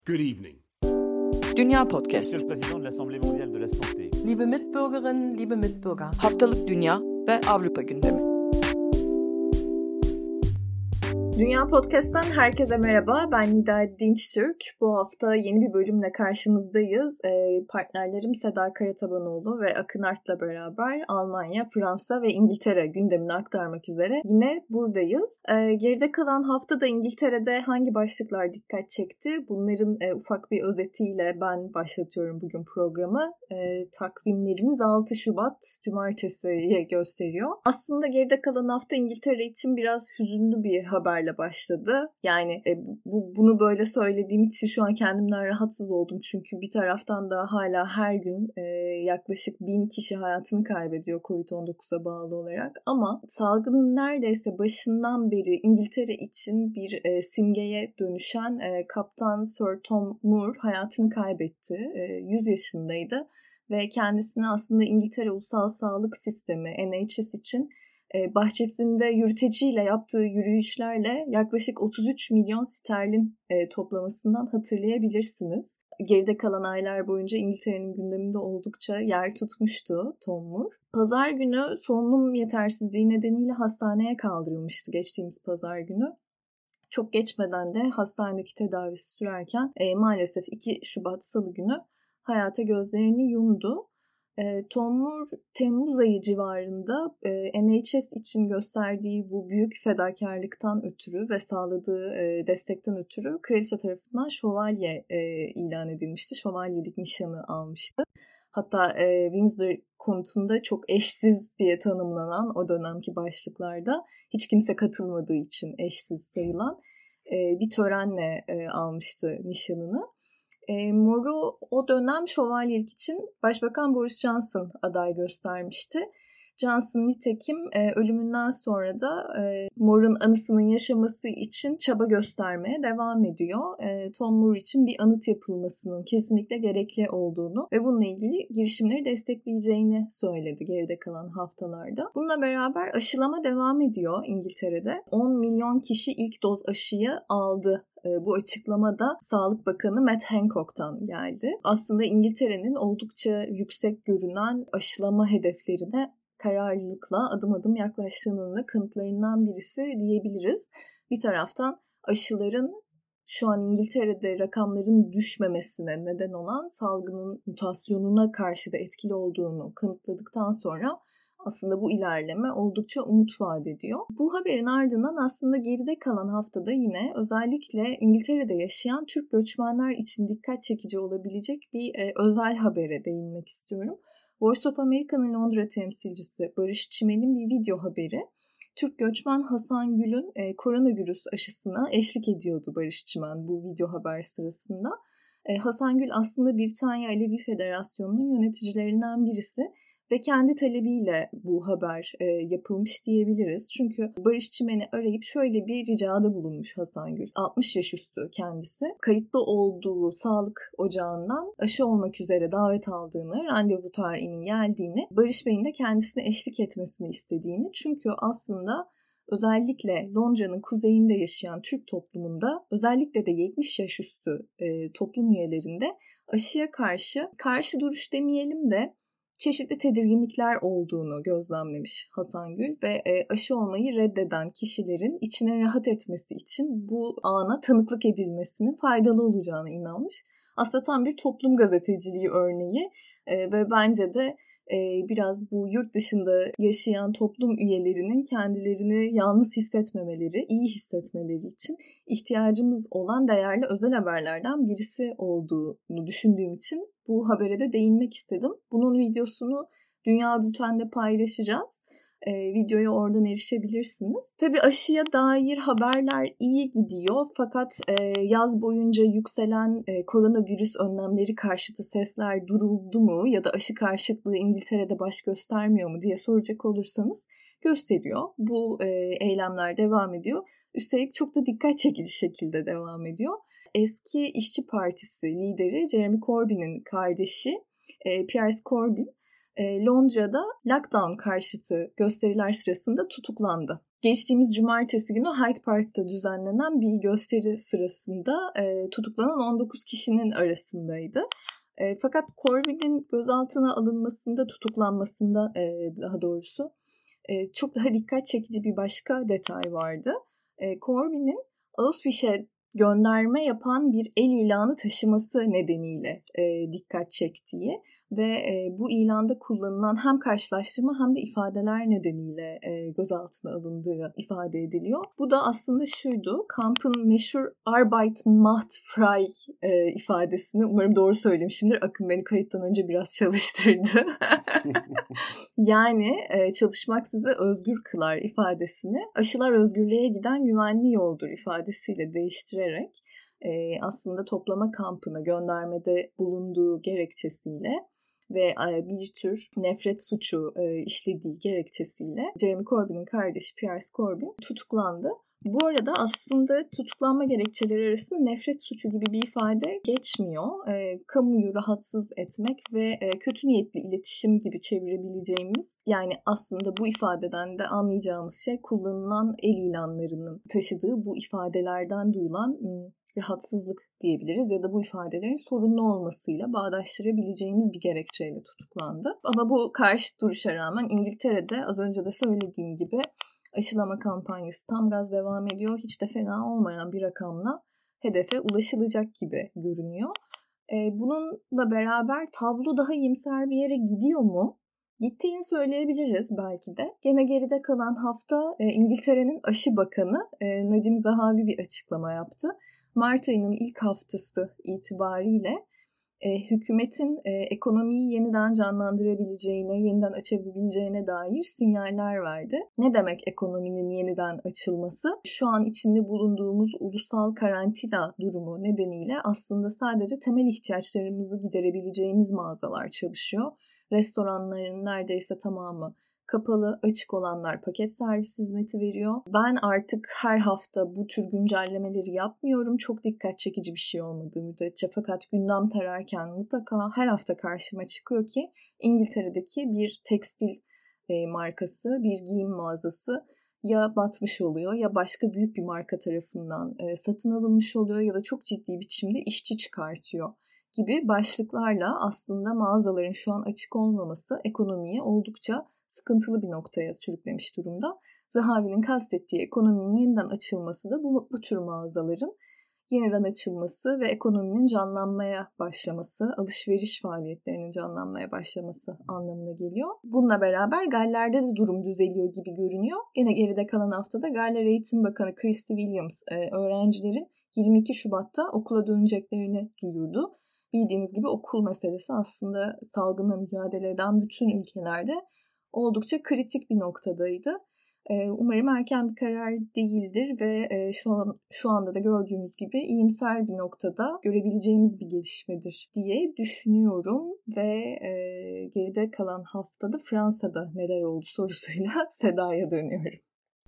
Good evening. Dünya Podcast. Monsieur le Président de l'Assemblée mondiale de la santé. Liebe Mitbürgerinnen, liebe Mitbürger. Haftalık Dünya ve Avrupa gündemi. Dünya Podcast'tan herkese merhaba. Ben Nida Dinçtürk. Bu hafta yeni bir bölümle karşınızdayız. Partnerlerim Seda Karatabanoğlu ve Akın Art'la beraber Almanya, Fransa ve İngiltere gündemini aktarmak üzere yine buradayız. Geride kalan haftada İngiltere'de hangi başlıklar dikkat çekti? Bunların ufak bir özetiyle ben başlatıyorum bugün programı. Takvimlerimiz 6 Şubat Cumartesi'ye gösteriyor. Aslında geride kalan hafta İngiltere için biraz hüzünlü bir haberle başladı. Yani bunu böyle söylediğim için şu an kendimden rahatsız oldum. Çünkü bir taraftan da hala her gün yaklaşık 1000 kişi hayatını kaybediyor Covid-19'a bağlı olarak. Ama salgının neredeyse başından beri İngiltere için bir simgeye dönüşen Kaptan Sir Tom Moore hayatını kaybetti. 100 yaşındaydı ve kendisini aslında İngiltere Ulusal Sağlık Sistemi NHS için bahçesinde yürüteciyle yaptığı yürüyüşlerle yaklaşık 33 milyon sterlin toplamasından hatırlayabilirsiniz. Geride kalan aylar boyunca İngiltere'nin gündeminde oldukça yer tutmuştu Tom Moore. Pazar günü solunum yetersizliği nedeniyle hastaneye kaldırılmıştı geçtiğimiz pazar günü. Çok geçmeden de hastanedeki tedavisi sürerken maalesef 2 Şubat Salı günü hayata gözlerini yumdu. Tom Moore Temmuz ayı civarında NHS için gösterdiği bu büyük fedakarlıktan ötürü ve sağladığı destekten ötürü kraliçe tarafından şövalye ilan edilmişti. Şövalyelik nişanı almıştı. Hatta Windsor konutunda çok eşsiz diye tanımlanan o dönemki başlıklarda hiç kimse katılmadığı için eşsiz sayılan bir törenle almıştı nişanını. Moore'u o dönem şövalyelik için Başbakan Boris Johnson aday göstermişti. Johnson nitekim ölümünden sonra da Moore'un anısının yaşaması için çaba göstermeye devam ediyor. Tom Moore için bir anıt yapılmasının kesinlikle gerekli olduğunu ve bununla ilgili girişimleri destekleyeceğini söyledi geride kalan haftalarda. Bununla beraber aşılama devam ediyor İngiltere'de. 10 milyon kişi ilk doz aşıyı aldı. Bu açıklama da Sağlık Bakanı Matt Hancock'tan geldi. Aslında İngiltere'nin oldukça yüksek görünen aşılama hedeflerine kararlılıkla adım adım yaklaştığının da kanıtlarından birisi diyebiliriz. Bir taraftan aşıların şu an İngiltere'de rakamların düşmemesine neden olan salgının mutasyonuna karşı da etkili olduğunu kanıtladıktan sonra aslında bu ilerleme oldukça umut vaat ediyor. Bu haberin ardından aslında geride kalan haftada yine özellikle İngiltere'de yaşayan Türk göçmenler için dikkat çekici olabilecek bir özel habere değinmek istiyorum. Voice of America'nın Londra temsilcisi Barış Çimen'in bir video haberi. Türk göçmen Hasan Gül'ün koronavirüs aşısına eşlik ediyordu Barış Çimen bu video haber sırasında. Hasan Gül aslında Britanya Alevi Federasyonu'nun yöneticilerinden birisi. Ve kendi talebiyle bu haber yapılmış diyebiliriz. Çünkü Barış Çimen'i arayıp şöyle bir ricada bulunmuş Hasan Gül. 60 yaş üstü kendisi. Kayıtlı olduğu sağlık ocağından aşı olmak üzere davet aldığını, randevu tarihinin geldiğini, Barış Bey'in de kendisine eşlik etmesini istediğini. Çünkü aslında özellikle Londra'nın kuzeyinde yaşayan Türk toplumunda özellikle de 70 yaş üstü toplum üyelerinde aşıya karşı duruş demeyelim de çeşitli tedirginlikler olduğunu gözlemlemiş Hasan Gül ve aşı olmayı reddeden kişilerin içine rahat etmesi için bu ana tanıklık edilmesinin faydalı olacağına inanmış. Aslında tam bir toplum gazeteciliği örneği ve bence de biraz bu yurt dışında yaşayan toplum üyelerinin kendilerini yalnız hissetmemeleri, iyi hissetmeleri için ihtiyacımız olan değerli özel haberlerden birisi olduğunu düşündüğüm için bu habere de değinmek istedim. Bunun videosunu Dünya Bülten'de paylaşacağız. Videoya oradan erişebilirsiniz. Tabii aşıya dair haberler iyi gidiyor fakat yaz boyunca yükselen koronavirüs önlemleri karşıtı sesler duruldu mu ya da aşı karşıtlığı İngiltere'de baş göstermiyor mu diye soracak olursanız gösteriyor. Bu eylemler devam ediyor. Üstelik çok da dikkat çekici şekilde devam ediyor. Eski İşçi Partisi lideri Jeremy Corbyn'in kardeşi Piers Corbyn Londra'da lockdown karşıtı gösteriler sırasında tutuklandı. Geçtiğimiz cumartesi günü Hyde Park'ta düzenlenen bir gösteri sırasında tutuklanan 19 kişinin arasındaydı. Fakat Corbyn'in gözaltına alınmasında, tutuklanmasında daha doğrusu çok daha dikkat çekici bir başka detay vardı. Corbyn'in Auschwitz'e gönderme yapan bir el ilanı taşıması nedeniyle dikkat çektiği ve bu ilanda kullanılan hem karşılaştırma hem de ifadeler nedeniyle gözaltına alındığı ifade ediliyor. Bu da aslında şuydu, kampın meşhur Arbeit macht frei ifadesini, umarım doğru söylemişimdir. Akın beni kayıttan önce biraz çalıştırdı. Yani çalışmak sizi özgür kılar ifadesini aşılar özgürlüğe giden güvenli yoldur ifadesiyle değiştirerek aslında toplama kampına göndermede bulunduğu gerekçesiyle ve bir tür nefret suçu işlediği gerekçesiyle Jeremy Corbyn'in kardeşi Piers Corbyn tutuklandı. Bu arada aslında tutuklanma gerekçeleri arasında nefret suçu gibi bir ifade geçmiyor. Kamuyu rahatsız etmek ve kötü niyetli iletişim gibi çevirebileceğimiz, yani aslında bu ifadeden de anlayacağımız şey kullanılan el ilanlarının taşıdığı bu ifadelerden duyulan rahatsızlık diyebiliriz ya da bu ifadelerin sorunlu olmasıyla bağdaştırabileceğimiz bir gerekçeyle tutuklandı. Ama bu karşı duruşa rağmen İngiltere'de az önce de söylediğim gibi aşılama kampanyası tam gaz devam ediyor. Hiç de fena olmayan bir rakamla hedefe ulaşılacak gibi görünüyor. Bununla beraber tablo daha iyimser bir yere gidiyor mu? Gittiğini söyleyebiliriz belki de. Gene geride kalan hafta İngiltere'nin aşı bakanı Nadim Zahavi bir açıklama yaptı. Mart ayının ilk haftası itibariyle hükümetin ekonomiyi yeniden canlandırabileceğine, yeniden açabileceğine dair sinyaller verdi. Ne demek ekonominin yeniden açılması? Şu an içinde bulunduğumuz ulusal karantina durumu nedeniyle aslında sadece temel ihtiyaçlarımızı giderebileceğimiz mağazalar çalışıyor. Restoranların neredeyse tamamı kapalı, açık olanlar paket servis hizmeti veriyor. Ben artık her hafta bu tür güncellemeleri yapmıyorum. Çok dikkat çekici bir şey olmadığı müddetçe. Fakat gündem tararken mutlaka her hafta karşıma çıkıyor ki İngiltere'deki bir tekstil markası, bir giyim mağazası ya batmış oluyor ya başka büyük bir marka tarafından satın alınmış oluyor ya da çok ciddi biçimde işçi çıkartıyor gibi başlıklarla aslında mağazaların şu an açık olmaması ekonomiyi oldukça sıkıntılı bir noktaya sürüklemiş durumda. Zahavi'nin kastettiği ekonominin yeniden açılması da bu tür mağazaların yeniden açılması ve ekonominin canlanmaya başlaması, alışveriş faaliyetlerinin canlanmaya başlaması anlamına geliyor. Bununla beraber Galler'de de durum düzeliyor gibi görünüyor. Gene geride kalan haftada Galler Eğitim Bakanı Christy Williams öğrencilerin 22 Şubat'ta okula döneceklerini duyurdu. Bildiğiniz gibi okul meselesi aslında salgınla mücadele eden bütün ülkelerde oldukça kritik bir noktadaydı. Umarım erken bir karar değildir ve şu anda da gördüğümüz gibi iyimser bir noktada görebileceğimiz bir gelişmedir diye düşünüyorum ve geride kalan haftada Fransa'da neler oldu sorusuyla Seda'ya dönüyorum.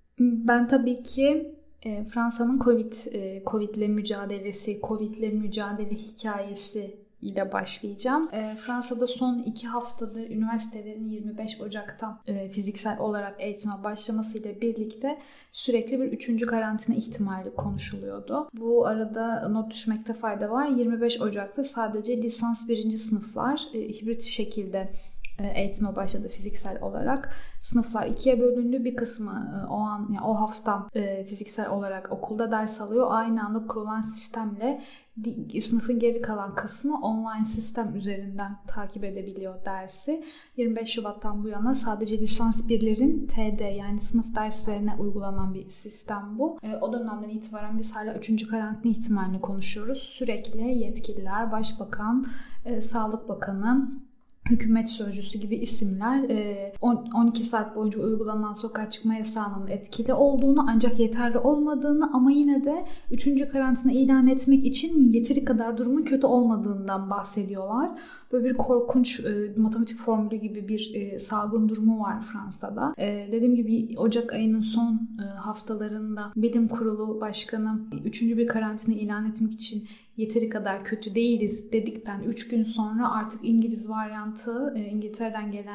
Ben tabii ki Fransa'nın Covid'le mücadelesi, Covid'le mücadele hikayesi ile başlayacağım. Fransa'da son 2 haftadır üniversitelerin 25 Ocak'tan fiziksel olarak eğitime başlamasıyla birlikte sürekli bir 3. karantina ihtimali konuşuluyordu. Bu arada not düşmekte fayda var. 25 Ocak'ta sadece lisans 1. sınıflar hibrit şekilde eğitime başladı fiziksel olarak. Sınıflar 2'ye bölündü. Bir kısmı o hafta fiziksel olarak okulda ders alıyor. Aynı anda kurulan sistemle sınıfın geri kalan kısmı online sistem üzerinden takip edebiliyor dersi. 25 Şubat'tan bu yana sadece lisans 1'lerin TD yani sınıf derslerine uygulanan bir sistem bu. O dönemden itibaren biz hala 3. karantina ihtimalini konuşuyoruz. Sürekli yetkililer, Başbakan, Sağlık Bakanı, hükümet sözcüsü gibi isimler 12 saat boyunca uygulanan sokağa çıkma yasağının etkili olduğunu ancak yeterli olmadığını ama yine de 3. karantina ilan etmek için yeteri kadar durumun kötü olmadığından bahsediyorlar. Böyle bir korkunç matematik formülü gibi bir salgın durumu var Fransa'da. Dediğim gibi Ocak ayının son haftalarında Bilim Kurulu Başkanı 3. bir karantina ilan etmek için yeteri kadar kötü değiliz dedikten 3 gün sonra artık İngiliz varyantı, İngiltere'den gelen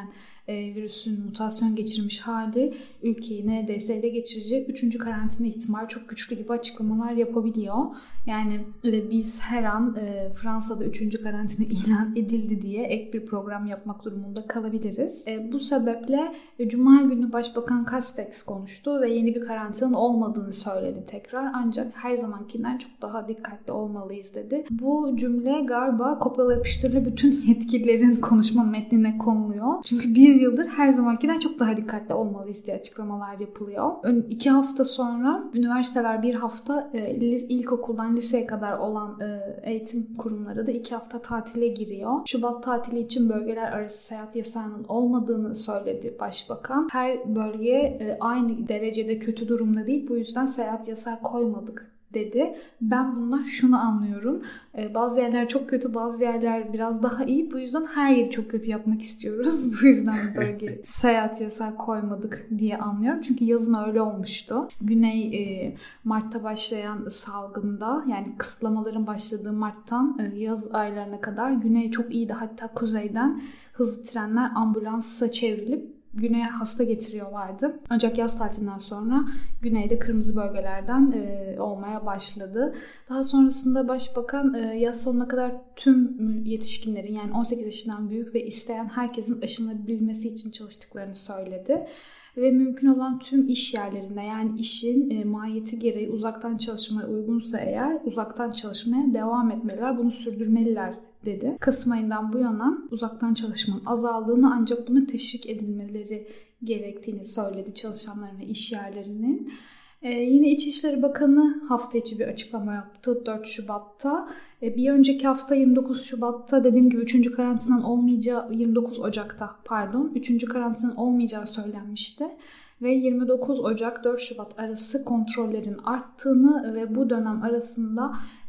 virüsün mutasyon geçirmiş hali ülkeyi neredeyse ele geçirecek 3. karantina ihtimali çok güçlü gibi açıklamalar yapabiliyor. Yani biz her an Fransa'da 3. karantina ilan edildi diye ek bir program yapmak durumunda kalabiliriz. Bu sebeple Cuma günü Başbakan Castex konuştu ve yeni bir karantinanın olmadığını söyledi tekrar. Ancak her zamankinden çok daha dikkatli olmalıyız dedi. Bu cümle galiba kopyala yapıştırılı bütün yetkililerin konuşma metnine konuluyor. Çünkü bir yıldır her zamankinden çok daha dikkatli olmalıyız diye açıklamalar yapılıyor. 2 hafta sonra üniversiteler bir hafta, ilkokuldan liseye kadar olan eğitim kurumları da 2 hafta tatile giriyor. Şubat tatili için bölgeler arası seyahat yasağının olmadığını söyledi Başbakan. Her bölge aynı derecede kötü durumda değil. Bu yüzden seyahat yasağı koymadık dedi. Ben bundan şunu anlıyorum. Bazı yerler çok kötü, bazı yerler biraz daha iyi. Bu yüzden her yeri çok kötü yapmak istiyoruz. Bu yüzden bölge seyahat yasağı koymadık diye anlıyorum. Çünkü yazın öyle olmuştu. Güney Mart'ta başlayan salgında, yani kısıtlamaların başladığı Mart'tan yaz aylarına kadar Güney çok iyiydi. Hatta kuzeyden hızlı trenler ambulansa çevrilip güneye hasta getiriyorlardı. Ancak yaz tatilinden sonra güneyde kırmızı bölgelerden olmaya başladı. Daha sonrasında Başbakan yaz sonuna kadar tüm yetişkinlerin, yani 18 yaşından büyük ve isteyen herkesin aşılabilmesi için çalıştıklarını söyledi. Ve mümkün olan tüm iş yerlerinde, yani işin mahiyeti gereği uzaktan çalışmaya uygunsa eğer uzaktan çalışmaya devam etmeliler, bunu sürdürmeliler dedi. Kasım ayından bu yana uzaktan çalışmanın azaldığını, ancak buna teşvik edilmeleri gerektiğini söyledi çalışanların ve iş yerlerinin. Yine İçişleri Bakanı hafta içi bir açıklama yaptı 4 Şubat'ta. Bir önceki hafta 29 Şubat'ta dediğim gibi 3. karantinanın olmayacağı, 29 Ocak'ta 3. karantinanın olmayacağı söylenmişti. Ve 29 Ocak 4 Şubat arası kontrollerin arttığını ve bu dönem arasında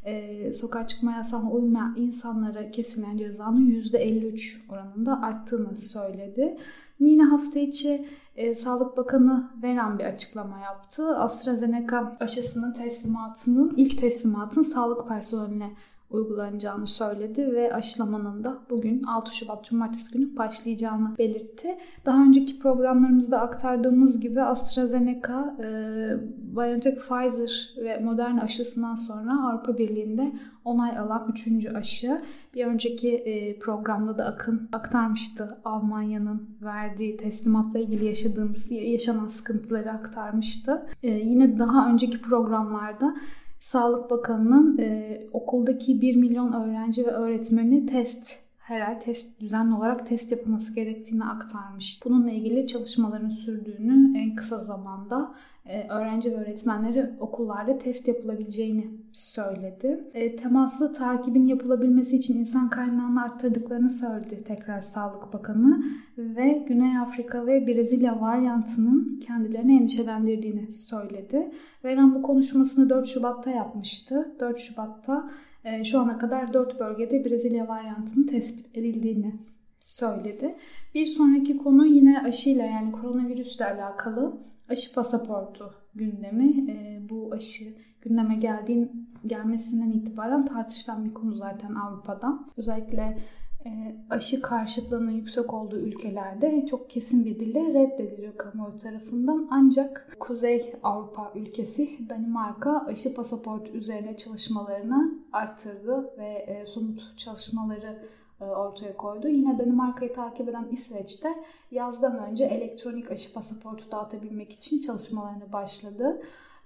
sokağa çıkma yasağına uymayan insanlara kesilen cezanın %53 oranında arttığını söyledi. Yine hafta içi Sağlık Bakanı Veran bir açıklama yaptı. AstraZeneca aşısının ilk teslimatının sağlık personeline uygulanacağını söyledi ve aşılamanın da bugün 6 Şubat Cumartesi günü başlayacağını belirtti. Daha önceki programlarımızda aktardığımız gibi AstraZeneca, BioNTech, Pfizer ve Moderna aşısından sonra Avrupa Birliği'nde onay alan 3. aşı. Bir önceki programda da Akın aktarmıştı. Almanya'nın verdiği teslimatla ilgili yaşanan sıkıntıları aktarmıştı. Yine daha önceki programlarda Sağlık Bakanı'nın okuldaki 1 milyon öğrenci ve öğretmeni her ay düzenli olarak test yapılması gerektiğini aktarmıştı. Bununla ilgili çalışmaların sürdüğünü, en kısa zamanda öğrenci ve öğretmenleri okullarda test yapılabileceğini söyledi. Temaslı takibin yapılabilmesi için insan kaynağını arttırdıklarını söyledi tekrar Sağlık Bakanı ve Güney Afrika ve Brezilya varyantının kendilerini endişelendirdiğini söyledi. Veran bu konuşmasını 4 Şubat'ta yapmıştı. 4 Şubat'ta şu ana kadar 4 bölgede Brezilya varyantının tespit edildiğini söyledi. Bir sonraki konu yine aşıyla, yani koronavirüsle alakalı aşı pasaportu gündemi. Bu aşı gündeme gelmesinden itibaren tartışılan bir konu zaten Avrupa'da. Özellikle aşı karşıtlığının yüksek olduğu ülkelerde çok kesin bir dille reddediliyor kamuoyu tarafından. Ancak Kuzey Avrupa ülkesi Danimarka aşı pasaportu üzerine çalışmalarını arttırdı ve somut çalışmaları ortaya koydu. Yine Danimarka'yı takip eden İsveç'te yazdan önce elektronik aşı pasaportu dağıtabilmek için çalışmalarını başladı.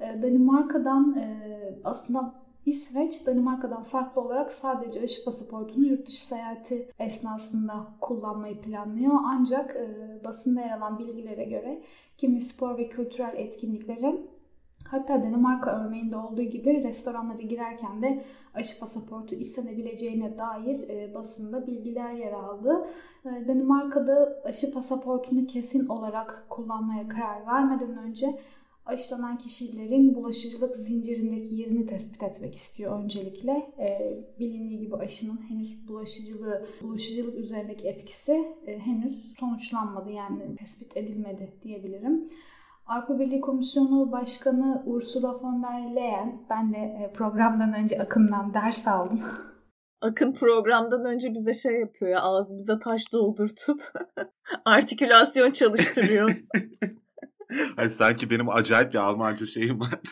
Aslında İsveç, Danimarka'dan farklı olarak sadece aşı pasaportunu yurt dışı seyahati esnasında kullanmayı planlıyor. Ancak basında yer alan bilgilere göre kimi spor ve kültürel etkinliklere, hatta Danimarka örneğinde olduğu gibi restoranlara girerken de aşı pasaportu istenebileceğine dair basında bilgiler yer aldı. Danimarka'da aşı pasaportunu kesin olarak kullanmaya karar vermeden önce aşılanan kişilerin bulaşıcılık zincirindeki yerini tespit etmek istiyor öncelikle. Bilindiği gibi aşının henüz bulaşıcılık üzerindeki etkisi henüz sonuçlanmadı, yani tespit edilmedi diyebilirim. Avrupa Birliği Komisyonu Başkanı Ursula von der Leyen, ben de programdan önce Akın'dan ders aldım. Akın programdan önce bize şey yapıyor ya, ağzımıza taş doldurtup artikülasyon çalıştırıyor. Hani sanki benim acayip bir Almanca şeyim var.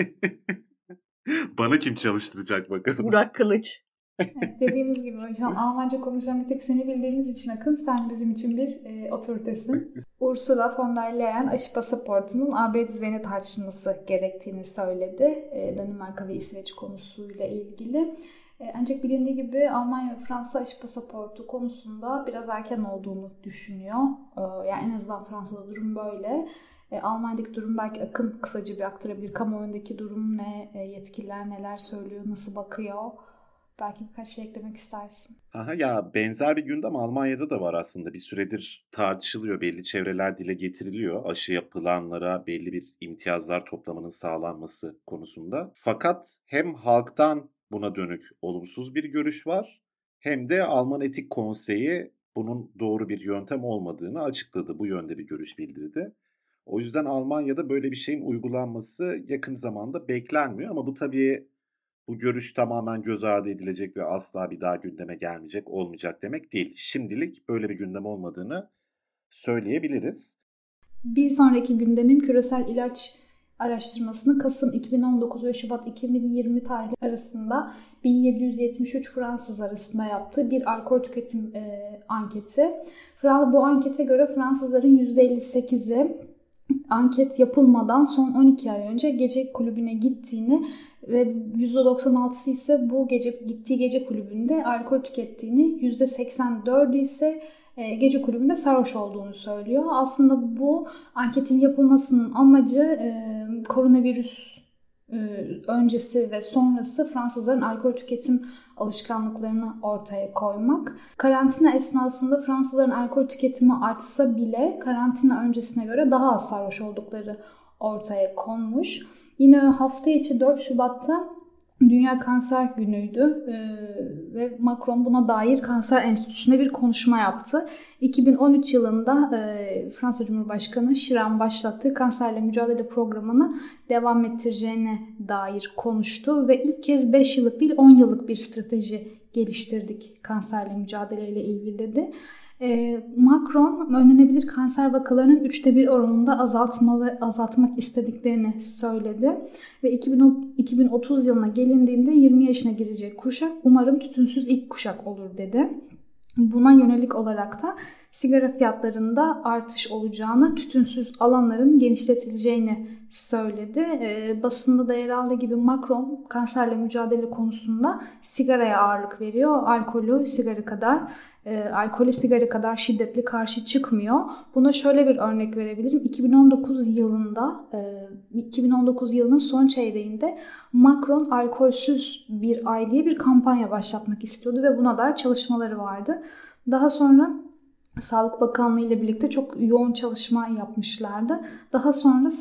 Bana kim çalıştıracak bakalım. Burak Kılıç. Evet, dediğimiz gibi hocam Almanca konuşan bir tek seni bildiğimiz için Akın, sen bizim için bir otoritesin. Ursula von der Leyen aşı pasaportunun AB düzeyine tartışılması gerektiğini söyledi. Danimarka ve İsveç konusuyla ilgili. Ancak bilindiği gibi Almanya ve Fransa aşı pasaportu konusunda biraz erken olduğunu düşünüyor. Yani en azından Fransa'da durum böyle. Almanya'daki durum belki Akın kısaca bir aktarabilir. Kamuoyundaki durum ne? Yetkililer neler söylüyor? Nasıl bakıyor? Belki birkaç şey eklemek istersin. Aha, ya benzer bir gündem Almanya'da da var aslında. Bir süredir tartışılıyor. Belli çevreler dile getiriliyor. Aşı yapılanlara belli bir imtiyazlar toplamanın sağlanması konusunda. Fakat hem halktan buna dönük olumsuz bir görüş var, hem de Alman Etik Konseyi bunun doğru bir yöntem olmadığını açıkladı. Bu yönde bir görüş bildirdi. O yüzden Almanya'da böyle bir şeyin uygulanması yakın zamanda beklenmiyor. Ama bu tabii bu görüş tamamen göz ardı edilecek ve asla bir daha gündeme gelmeyecek, olmayacak demek değil. Şimdilik böyle bir gündem olmadığını söyleyebiliriz. Bir sonraki gündemim küresel ilaç araştırmasını Kasım 2019 ve Şubat 2020 tarihi arasında 1773 Fransız arasında yaptığı bir alkol tüketim anketi. Bu ankete göre Fransızların %58'i anket yapılmadan son 12 ay önce gece kulübüne gittiğini ve %96'sı ise bu gittiği gece kulübünde alkol tükettiğini, %84'ü ise gece kulübünde sarhoş olduğunu söylüyor. Aslında bu anketin yapılmasının amacı koronavirüs öncesi ve sonrası Fransızların alkol tüketim alışkanlıklarını ortaya koymak. Karantina esnasında Fransızların alkol tüketimi artsa bile karantina öncesine göre daha az sarhoş oldukları ortaya konmuş. Yine hafta içi 4 Şubat'ta Dünya Kanser Günü'ydü ve Macron buna dair Kanser Enstitüsü'nde bir konuşma yaptı. 2013 yılında Fransa Cumhurbaşkanı Chirac'ın başlattığı kanserle mücadele programını devam ettireceğine dair konuştu ve ilk kez 5 yıllık değil 10 yıllık bir strateji geliştirdik kanserle mücadeleyle ilgili dedi. Macron önlenebilir kanser vakalarının 1/3 oranında azaltmak istediklerini söyledi ve 2030 yılına gelindiğinde 20 yaşına girecek kuşak umarım tütünsüz ilk kuşak olur dedi. Buna yönelik olarak da sigara fiyatlarında artış olacağını, tütünsüz alanların genişletileceğini söyledi. Basında da yer aldığı gibi Macron kanserle mücadele konusunda sigaraya ağırlık veriyor. Alkolü sigara kadar şiddetli karşı çıkmıyor. Buna şöyle bir örnek verebilirim. 2019 yılının son çeyreğinde Macron alkolsüz bir ay diye bir kampanya başlatmak istiyordu ve buna dair çalışmaları vardı. Daha sonra Sağlık Bakanlığı ile birlikte çok yoğun çalışma yapmışlardı. Daha sonra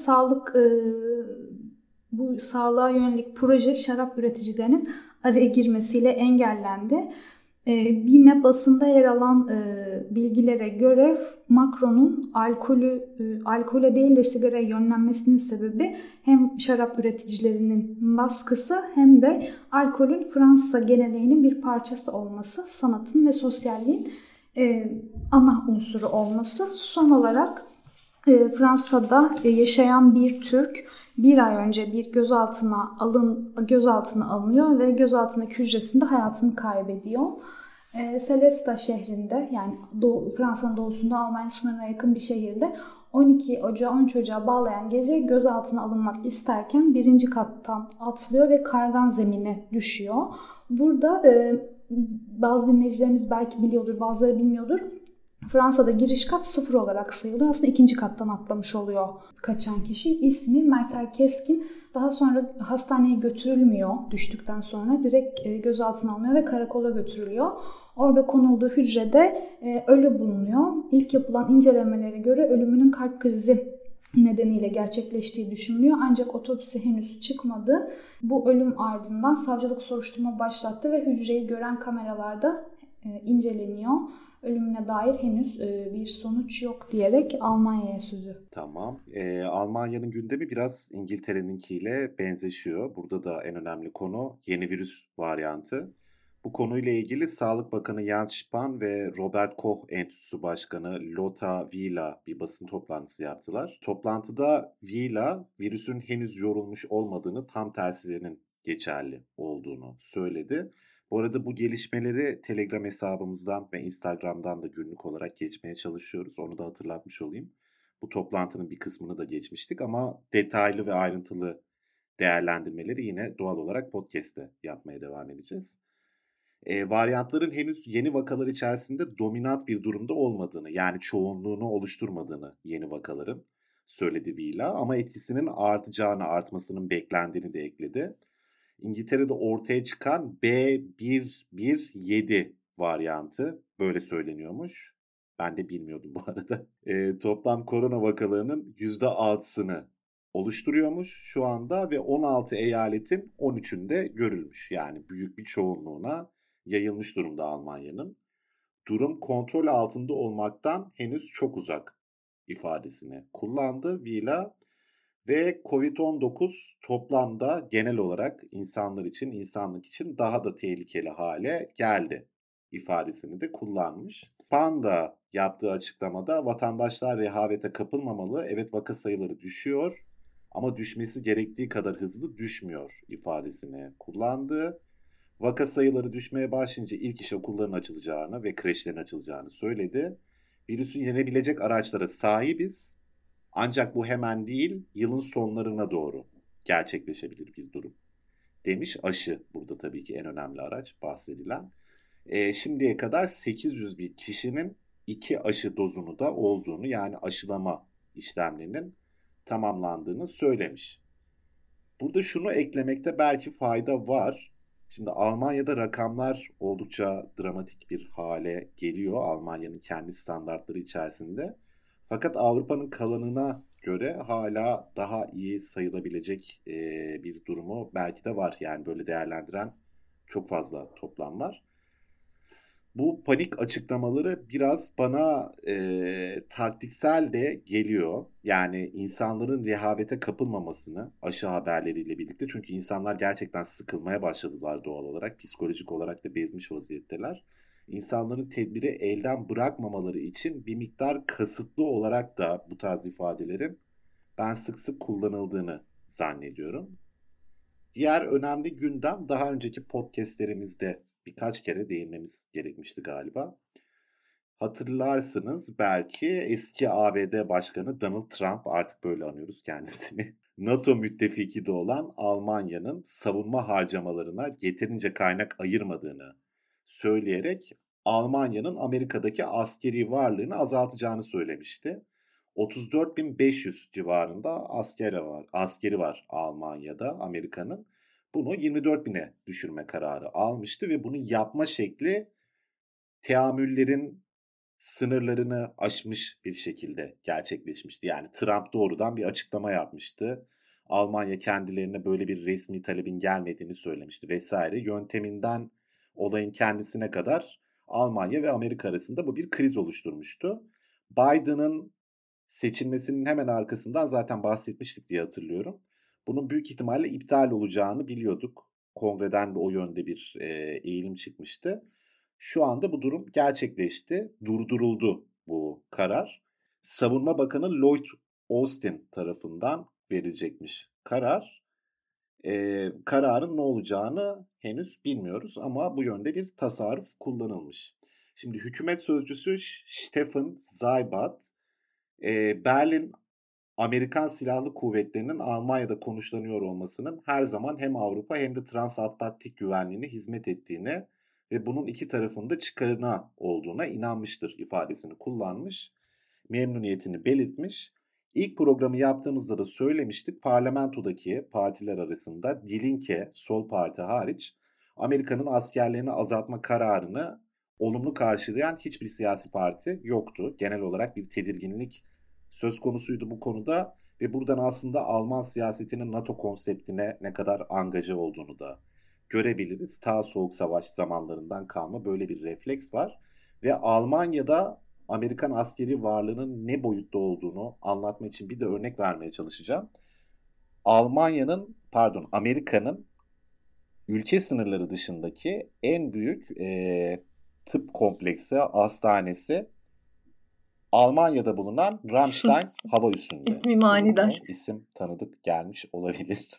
bu sağlığa yönelik proje şarap üreticilerinin araya girmesiyle engellendi. Yine basında yer alan bilgilere göre Macron'un alkole değil de sigaraya yönlenmesinin sebebi hem şarap üreticilerinin baskısı hem de alkolün Fransa geleneğinin bir parçası olması, sanatın ve sosyalliğin ana unsuru olması. Son olarak Fransa'da yaşayan bir Türk bir ay önce bir gözaltına alınıyor ve gözaltındaki hücresinde hayatını kaybediyor. Celesta şehrinde, yani Fransa'nın doğusunda Almanya sınırına yakın bir şehirde 12 Ocağı 13 Ocağı bağlayan gece gözaltına alınmak isterken 1. kattan atlıyor ve kaygan zemine düşüyor. Burada bazı dinleyicilerimiz belki biliyordur, bazıları bilmiyordur. Fransa'da giriş kat 0 olarak sayılıyor. Aslında 2. kattan atlamış oluyor kaçan kişi. İsmi Mertel Keskin. Daha sonra hastaneye götürülmüyor düştükten sonra. Direkt gözaltına alınıyor ve karakola götürülüyor. Orada konulduğu hücrede ölü bulunuyor. İlk yapılan incelemelere göre ölümünün kalp krizi nedeniyle gerçekleştiği düşünülüyor. Ancak otopsi henüz çıkmadı. Bu ölüm ardından savcılık soruşturma başlattı ve hücreyi gören kameralarda inceleniyor. Ölümüne dair henüz bir sonuç yok diyerek Almanya'ya sözü. Tamam. Almanya'nın gündemi biraz İngiltere'ninkiyle benzeşiyor. Burada da en önemli konu yeni virüs varyantı. Bu konuyla ilgili Sağlık Bakanı Jens Spahn ve Robert Koch Enstitüsü Başkanı Lothar Wieler bir basın toplantısı yaptılar. Toplantıda Wieler virüsün henüz yorulmuş olmadığını, tam tersinin geçerli olduğunu söyledi. Bu arada bu gelişmeleri Telegram hesabımızdan ve Instagram'dan da günlük olarak geçmeye çalışıyoruz. Onu da hatırlatmış olayım. Bu toplantının bir kısmını da geçmiştik ama detaylı ve ayrıntılı değerlendirmeleri yine doğal olarak podcast'te yapmaya devam edeceğiz. Varyantların henüz yeni vakalar içerisinde dominant bir durumda olmadığını, yani çoğunluğunu oluşturmadığını yeni vakaların söyledi Vila, ama etkisinin artmasının beklendiğini de ekledi. İngiltere'de ortaya çıkan B117 varyantı böyle söyleniyormuş. Ben de bilmiyordum bu arada. Toplam korona vakalarının %6'sını oluşturuyormuş şu anda ve 16 eyaletin 13'ünde görülmüş. Yani büyük bir çoğunluğuna yayılmış durumda Almanya'nın. Durum kontrol altında olmaktan henüz çok uzak ifadesini kullandı Vila ve Covid-19 toplamda genel olarak insanlık için daha da tehlikeli hale geldi ifadesini de kullanmış. Panda yaptığı açıklamada vatandaşlar rehavete kapılmamalı. Evet, vaka sayıları düşüyor ama düşmesi gerektiği kadar hızlı düşmüyor ifadesini kullandı. Vaka sayıları düşmeye başlayınca ilk iş okulların açılacağını ve kreşlerin açılacağını söyledi. Virüsün yenebilecek araçlara sahibiz. Ancak bu hemen değil, yılın sonlarına doğru gerçekleşebilir bir durum demiş. Aşı burada tabii ki en önemli araç bahsedilen. Şimdiye kadar 800 bin kişinin 2 aşı dozunu da olduğunu, yani aşılama işlemlerinin tamamlandığını söylemiş. Burada şunu eklemekte belki fayda var. Şimdi Almanya'da rakamlar oldukça dramatik bir hale geliyor Almanya'nın kendi standartları içerisinde. Fakat Avrupa'nın kalanına göre hala daha iyi sayılabilecek bir durumu belki de var. Yani böyle değerlendiren çok fazla toplam var. Bu panik açıklamaları biraz bana taktiksel de geliyor. Yani insanların rehavete kapılmamasını aşı haberleriyle birlikte. Çünkü insanlar gerçekten sıkılmaya başladılar doğal olarak. Psikolojik olarak da bezmiş vaziyetteler. İnsanların tedbiri elden bırakmamaları için bir miktar kasıtlı olarak da bu tarz ifadelerin ben sık sık kullanıldığını zannediyorum. Diğer önemli gündem, daha önceki podcastlerimizde birkaç kere değinmemiz gerekmişti galiba. Hatırlarsınız belki, eski ABD Başkanı Donald Trump, artık böyle anıyoruz kendisini, NATO müttefiki de olan Almanya'nın savunma harcamalarına yeterince kaynak ayırmadığını söyleyerek Almanya'nın Amerika'daki askeri varlığını azaltacağını söylemişti. 34.500 civarında askeri var Almanya'da, Amerika'nın. Bunu 24.000'e düşürme kararı almıştı ve bunu yapma şekli teamüllerin sınırlarını aşmış bir şekilde gerçekleşmişti. Yani Trump doğrudan bir açıklama yapmıştı. Almanya kendilerine böyle bir resmi talebin gelmediğini söylemişti vesaire. Yönteminden olayın kendisine kadar Almanya ve Amerika arasında bu bir kriz oluşturmuştu. Biden'ın seçilmesinin hemen arkasından zaten bahsetmiştik diye hatırlıyorum. Bunun büyük ihtimalle iptal olacağını biliyorduk. Kongreden de o yönde bir eğilim çıkmıştı. Şu anda bu durum gerçekleşti. Durduruldu bu karar. Savunma Bakanı Lloyd Austin tarafından verilecekmiş karar. Kararın ne olacağını henüz bilmiyoruz ama bu yönde bir tasarruf kullanılmış. Şimdi hükümet sözcüsü Steffen Seibert, Berlin Amerikan Silahlı Kuvvetleri'nin Almanya'da konuşlanıyor olmasının her zaman hem Avrupa hem de transatlantik güvenliğine hizmet ettiğine ve bunun iki tarafında çıkarına olduğuna inanmıştır ifadesini kullanmış, memnuniyetini belirtmiş. İlk programı yaptığımızda da söylemiştik, parlamentodaki partiler arasında Die Linke, Sol Parti hariç, Amerika'nın askerlerini azaltma kararını olumlu karşılayan hiçbir siyasi parti yoktu. Genel olarak bir tedirginlik söz konusuydu bu konuda ve buradan aslında Alman siyasetinin NATO konseptine ne kadar angaje olduğunu da görebiliriz. Ta Soğuk Savaş zamanlarından kalma böyle bir refleks var ve Almanya'da Amerikan askeri varlığının ne boyutta olduğunu anlatmak için bir de örnek vermeye çalışacağım. Amerika'nın ülke sınırları dışındaki en büyük tıp kompleksi, hastanesi Almanya'da bulunan Ramstein hava üssünde. İsmi manidar. İsim tanıdık gelmiş olabilir.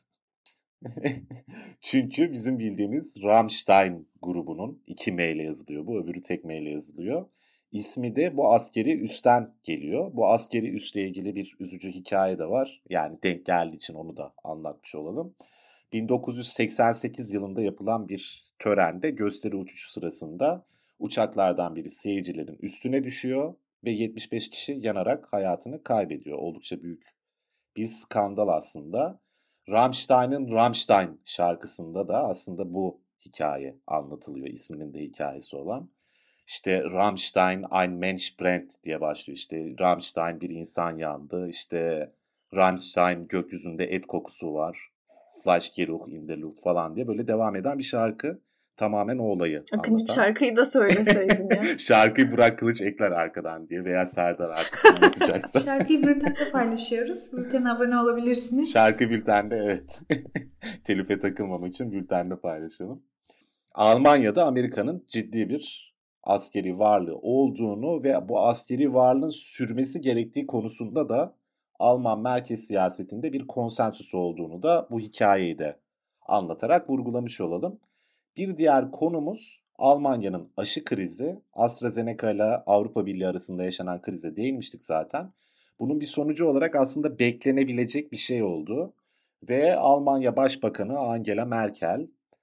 Çünkü bizim bildiğimiz Rammstein grubunun 2 M ile yazılıyor. Bu öbürü tek M ile yazılıyor. İsmi de bu askeri üsten geliyor. Bu askeri üsle ilgili bir üzücü hikaye de var. Yani denk geldiği için onu da anlatmış olalım. 1988 yılında yapılan bir törende gösteri uçuşu sırasında uçaklardan biri seyircilerin üstüne düşüyor ve 75 kişi yanarak hayatını kaybediyor. Oldukça büyük bir skandal aslında. Rammstein'in Rammstein şarkısında da aslında bu hikaye anlatılıyor. İsminin de hikayesi olan. İşte Rammstein ein Mensch brennt diye başlıyor. İşte Rammstein bir insan yandı. İşte Rammstein gökyüzünde et kokusu var. Fleischgeruch in der Luft falan diye böyle devam eden bir şarkı. Tamamen o olayı Akıncı bir anlatan. şarkıyı da söyleseydin ya. Şarkıyı Burak Kılıç ekler arkadan diye veya Serdar artık yapacaksa. Şarkıyı bültende paylaşıyoruz. Bültene abone olabilirsiniz. Şarkı bültende evet. Telife takılmamak için bültende paylaşalım. Almanya'da Amerika'nın ciddi bir askeri varlığı olduğunu ve bu askeri varlığın sürmesi gerektiği konusunda da Alman merkez siyasetinde bir konsensüs olduğunu da bu hikayeyi de anlatarak vurgulamış olalım. Bir diğer konumuz Almanya'nın aşı krizi. AstraZeneca ile Avrupa Birliği arasında yaşanan krize değinmiştik zaten. Bunun bir sonucu olarak aslında beklenebilecek bir şey oldu. Ve Almanya Başbakanı Angela Merkel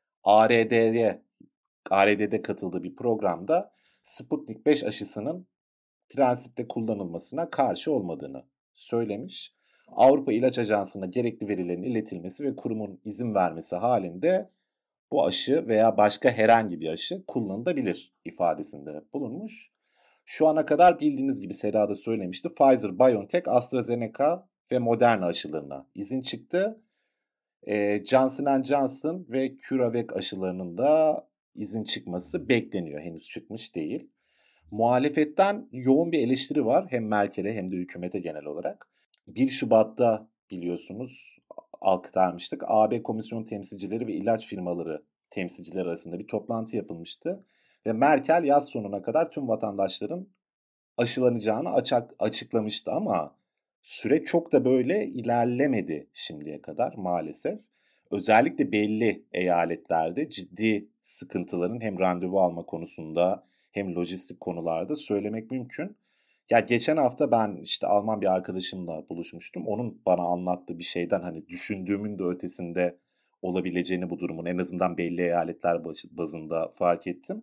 ARD'de katıldığı bir programda Sputnik 5 aşısının prensipte kullanılmasına karşı olmadığını söylemiş. Avrupa İlaç Ajansı'na gerekli verilerin iletilmesi ve kurumun izin vermesi halinde bu aşı veya başka herhangi bir aşı kullanılabilir ifadesinde bulunmuş. Şu ana kadar bildiğiniz gibi Seda da söylemişti. Pfizer, BioNTech, AstraZeneca ve Moderna aşılarına izin çıktı. Johnson & Johnson ve CureVac aşılarının da izin çıkması bekleniyor. Henüz çıkmış değil. Muhalefetten yoğun bir eleştiri var. Hem Merkel'e hem de hükümete genel olarak. 1 Şubat'ta biliyorsunuz aktarmıştık. AB Komisyon temsilcileri ve ilaç firmaları temsilcileri arasında bir toplantı yapılmıştı. Ve Merkel yaz sonuna kadar tüm vatandaşların aşılanacağını açıklamıştı ama süreç çok da böyle ilerlemedi şimdiye kadar maalesef. Özellikle belli eyaletlerde ciddi sıkıntıların hem randevu alma konusunda hem lojistik konularda söylemek mümkün. Ya geçen hafta ben işte Alman bir arkadaşımla buluşmuştum. Onun bana anlattığı bir şeyden hani düşündüğümün de ötesinde olabileceğini bu durumun en azından belli eyaletler bazında fark ettim.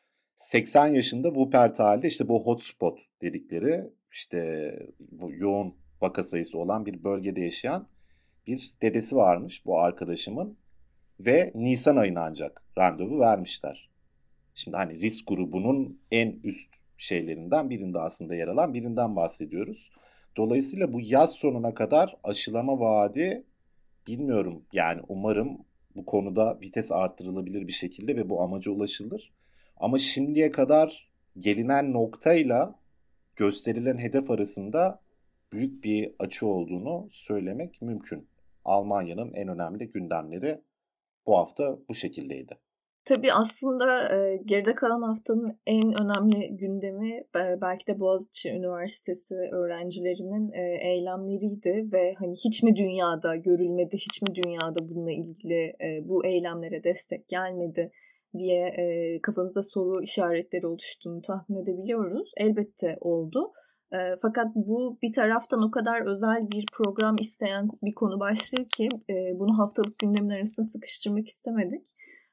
80 yaşında Wuppertal'de işte bu hotspot dedikleri işte bu yoğun vaka sayısı olan bir bölgede yaşayan bir dedesi varmış bu arkadaşımın ve Nisan ayına ancak randevu vermişler. Şimdi hani risk grubunun en üst şeylerinden birinde aslında yer alan birinden bahsediyoruz. Dolayısıyla bu yaz sonuna kadar aşılama vaadi bilmiyorum yani umarım bu konuda vites arttırılabilir bir şekilde ve bu amaca ulaşılır. Ama şimdiye kadar gelinen noktayla gösterilen hedef arasında büyük bir açı olduğunu söylemek mümkün. Almanya'nın en önemli gündemleri bu hafta bu şekildeydi. Tabii aslında geride kalan haftanın en önemli gündemi belki de Boğaziçi Üniversitesi öğrencilerinin eylemleriydi ve hani hiç mi dünyada görülmedi, hiç mi dünyada bununla ilgili bu eylemlere destek gelmedi diye kafanızda soru işaretleri oluştuğunu tahmin edebiliyoruz. Elbette oldu. Fakat bu bir taraftan o kadar özel bir program isteyen bir konu başlığı ki bunu haftalık gündemin arasına sıkıştırmak istemedik.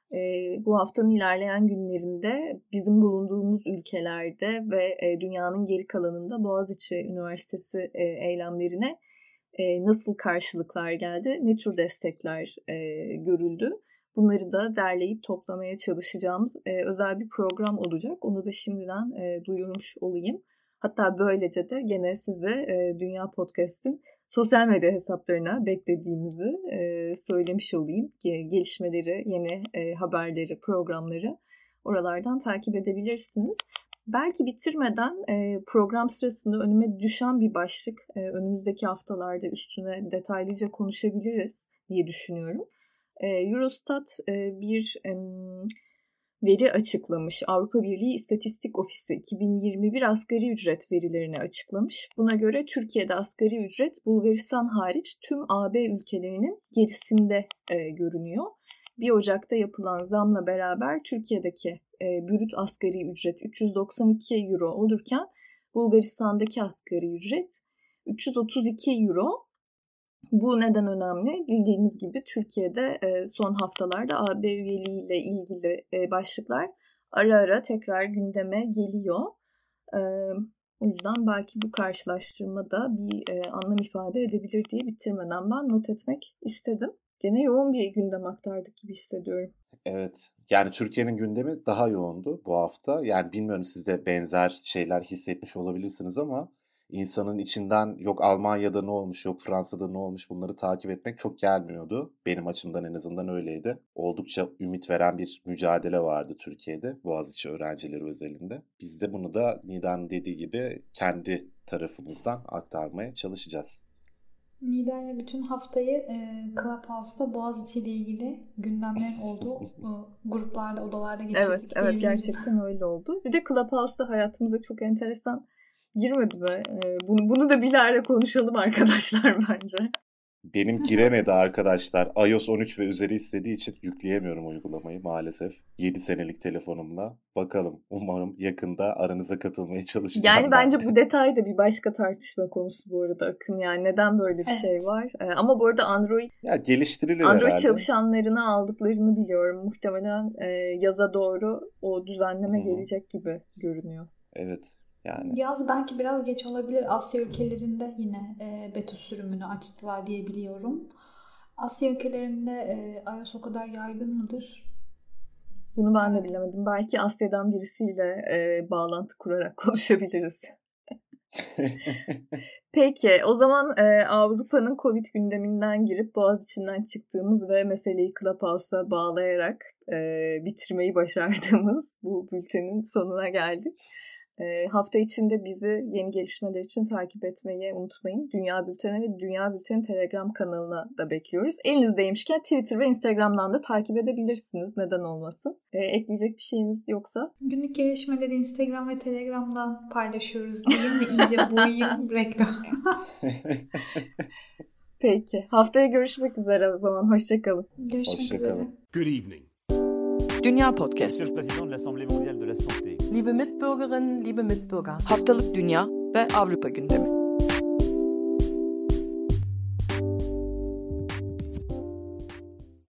Bu haftanın ilerleyen günlerinde bizim bulunduğumuz ülkelerde ve dünyanın geri kalanında Boğaziçi Üniversitesi eylemlerine nasıl karşılıklar geldi, ne tür destekler görüldü. Bunları da derleyip toplamaya çalışacağımız özel bir program olacak. Onu da şimdiden duyurmuş olayım. Hatta böylece de gene size Dünya Podcast'in sosyal medya hesaplarına beklediğimizi söylemiş olayım. Gelişmeleri, yeni haberleri, programları oralardan takip edebilirsiniz. Belki bitirmeden program sırasında önüme düşen bir başlık önümüzdeki haftalarda üstüne detaylıca konuşabiliriz diye düşünüyorum. Eurostat bir veri açıklamış. Avrupa Birliği İstatistik Ofisi 2021 asgari ücret verilerini açıklamış. Buna göre Türkiye'de asgari ücret Bulgaristan hariç tüm AB ülkelerinin gerisinde görünüyor. 1 Ocak'ta yapılan zamla beraber Türkiye'deki brüt asgari ücret 392 euro olurken Bulgaristan'daki asgari ücret 332 euro. Bu neden önemli? Bildiğiniz gibi Türkiye'de son haftalarda AB üyeliğiyle ilgili başlıklar ara ara tekrar gündeme geliyor. O yüzden belki bu karşılaştırma da bir anlam ifade edebilir diye bitirmeden ben not etmek istedim. Gene yoğun bir gündem aktardık gibi hissediyorum. Evet. Yani Türkiye'nin gündemi daha yoğundu bu hafta. Yani bilmiyorum, siz de benzer şeyler hissetmiş olabilirsiniz ama insanın içinden yok Almanya'da ne olmuş, yok Fransa'da ne olmuş, bunları takip etmek çok gelmiyordu. Benim açımdan en azından öyleydi. Oldukça ümit veren bir mücadele vardı Türkiye'de, Boğaziçi öğrencileri özelinde. Biz de bunu da Nida'nın dediği gibi kendi tarafımızdan aktarmaya çalışacağız. Nida'yla bütün haftayı Clubhouse'da Boğaziçi ile ilgili gündemlerin olduğu gruplarda, odalarda geçirdik. Evet gerçekten öyle oldu. Bir de Clubhouse'da hayatımıza çok enteresan girmedi mi? Bunu da bilahare konuşalım arkadaşlar bence. Benim giremedi arkadaşlar. iOS 13 ve üzeri istediği için yükleyemiyorum uygulamayı maalesef. 7 senelik telefonumla. Bakalım, umarım yakında aranıza katılmaya çalışacağım. Yani bence bu detay da bir başka tartışma konusu bu arada Akın. Yani neden böyle bir şey var? Ama bu arada Android geliştiriliyor çalışanlarını aldıklarını biliyorum. Muhtemelen yaza doğru o düzenleme gelecek gibi görünüyor. Evet. Yani. Yaz belki biraz geç olabilir. Asya ülkelerinde yine beta sürümünü açtılar diye biliyorum. Asya ülkelerinde iOS o kadar yaygın mıdır? Bunu ben de bilemedim. Belki Asya'dan birisiyle bağlantı kurarak konuşabiliriz. Peki, o zaman Avrupa'nın Covid gündeminden girip Boğaziçi'nden çıktığımız ve meseleyi Clubhouse'a bağlayarak bitirmeyi başardığımız bu bültenin sonuna geldik. Hafta içinde bizi yeni gelişmeler için takip etmeyi unutmayın. Dünya Bülteni ve Dünya Bülteni Telegram kanalına da bekliyoruz. Elinizdeymişken Twitter ve Instagram'dan da takip edebilirsiniz. Neden olmasın? Ekleyecek bir şeyiniz yoksa? Günlük gelişmeleri Instagram ve Telegram'dan paylaşıyoruz diyeyim ve iyice boyayım reklam. Peki. Haftaya görüşmek üzere o zaman. Hoşçakalın. Görüşmek üzere. Good evening. Dünya Podcast. Monsieur le Président de l'Assemblée mondiale de la santé. Liebe Mitbürgerinnen, liebe Mitbürger. Haftalık Dünya ve Avrupa gündemi.